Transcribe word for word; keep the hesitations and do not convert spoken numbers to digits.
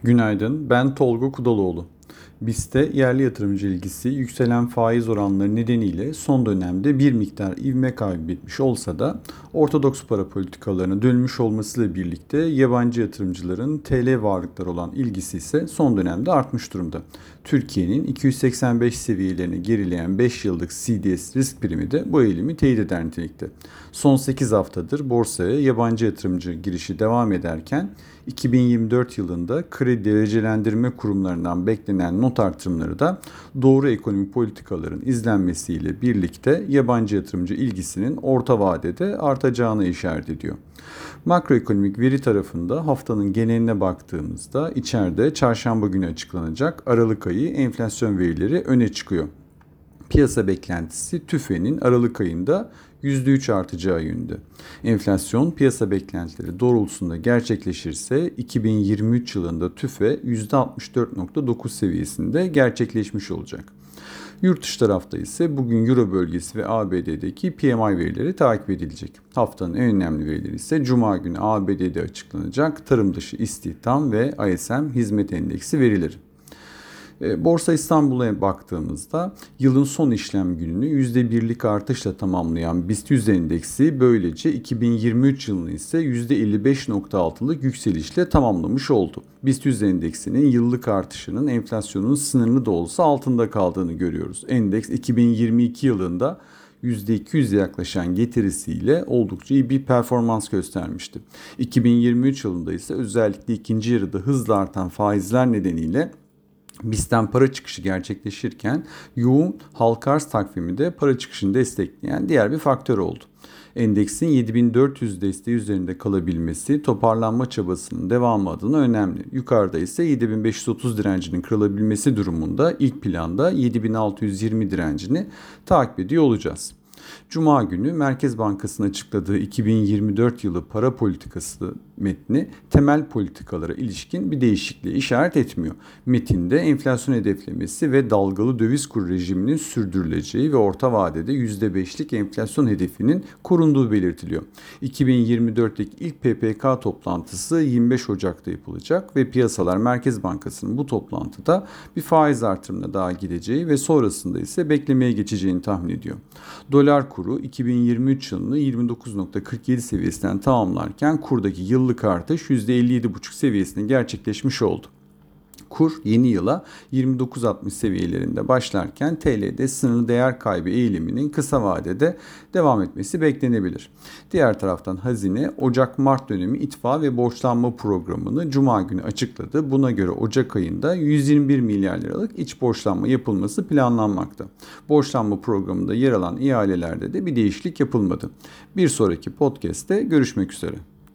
Günaydın, ben Tolga Kudaloğlu. BIST'te yerli yatırımcı ilgisi yükselen faiz oranları nedeniyle son dönemde bir miktar ivme kaybetmiş olsa da ortodoks para politikalarına dönmüş olmasıyla birlikte yabancı yatırımcıların T L varlıklar olan ilgisi ise son dönemde artmış durumda. Türkiye'nin iki yüz seksen beş seviyelerini gerileyen beş yıllık C D S risk primi de bu eğilimi teyit eder nitelikte. Son sekiz haftadır borsaya yabancı yatırımcı girişi devam ederken iki bin yirmi dört yılında kredi derecelendirme kurumlarından beklenen not artırımları da doğru ekonomik politikaların izlenmesiyle birlikte yabancı yatırımcı ilgisinin orta vadede artacağını işaret ediyor. Makroekonomik veri tarafında haftanın geneline baktığımızda içeride çarşamba günü açıklanacak Aralık ayı enflasyon verileri öne çıkıyor. Piyasa beklentisi TÜFE'nin Aralık ayında yüzde üç artacağı yönünde. Enflasyon piyasa beklentileri doğrultusunda gerçekleşirse iki bin yirmi üç yılında TÜFE yüzde altmış dört virgül dokuz seviyesinde gerçekleşmiş olacak. Yurt dışı tarafta ise bugün Euro bölgesi ve A B D'deki P M I verileri takip edilecek. Haftanın en önemli verileri ise Cuma günü A B D'de açıklanacak tarım dışı istihdam ve I S M hizmet endeksi verileri. Borsa İstanbul'a baktığımızda yılın son işlem gününü yüzde birlik artışla tamamlayan BIST yüz endeksi böylece iki bin yirmi üç yılını ise yüzde elli beş virgül altılık yükselişle tamamlamış oldu. BIST yüz endeksinin yıllık artışının enflasyonun sınırlı da olsa altında kaldığını görüyoruz. Endeks iki bin yirmi iki yılında yüzde iki yüze yaklaşan getirisiyle oldukça iyi bir performans göstermişti. iki bin yirmi üç yılında ise özellikle ikinci yarıda hızla artan faizler nedeniyle BIST'ten para çıkışı gerçekleşirken yoğun halka arz takvimi de para çıkışını destekleyen diğer bir faktör oldu. Endeksin yedi bin dört yüz desteği üzerinde kalabilmesi toparlanma çabasının devamı adına önemli. Yukarıda ise yedi bin beş yüz otuz direncinin kırılabilmesi durumunda ilk planda yedi bin altı yüz yirmi direncini takip ediyor olacağız. Cuma günü Merkez Bankası'nın açıkladığı iki bin yirmi dört yılı para politikası metni temel politikalara ilişkin bir değişikliğe işaret etmiyor. Metinde enflasyon hedeflemesi ve dalgalı döviz kuru rejiminin sürdürüleceği ve orta vadede yüzde beşlik enflasyon hedefinin korunduğu belirtiliyor. iki bin yirmi dörtteki ilk P P K toplantısı yirmi beş Ocak'ta yapılacak ve piyasalar Merkez Bankası'nın bu toplantıda bir faiz artırımına daha gideceği ve sonrasında ise beklemeye geçeceğini tahmin ediyor. Dolar kuru iki bin yirmi üç yılını yirmi dokuz virgül kırk yedi seviyesinden tamamlarken kurdaki yıllık artış yüzde elli yedi virgül beş seviyesinde gerçekleşmiş oldu. Kur yeni yıla yirmi dokuz virgül altmış seviyelerinde başlarken T L'de sınırlı değer kaybı eğiliminin kısa vadede devam etmesi beklenebilir. Diğer taraftan Hazine Ocak-Mart dönemi itfa ve borçlanma programını Cuma günü açıkladı. Buna göre Ocak ayında yüz yirmi bir milyar liralık iç borçlanma yapılması planlanmakta. Borçlanma programında yer alan ihalelerde de bir değişiklik yapılmadı. Bir sonraki podcast'te görüşmek üzere.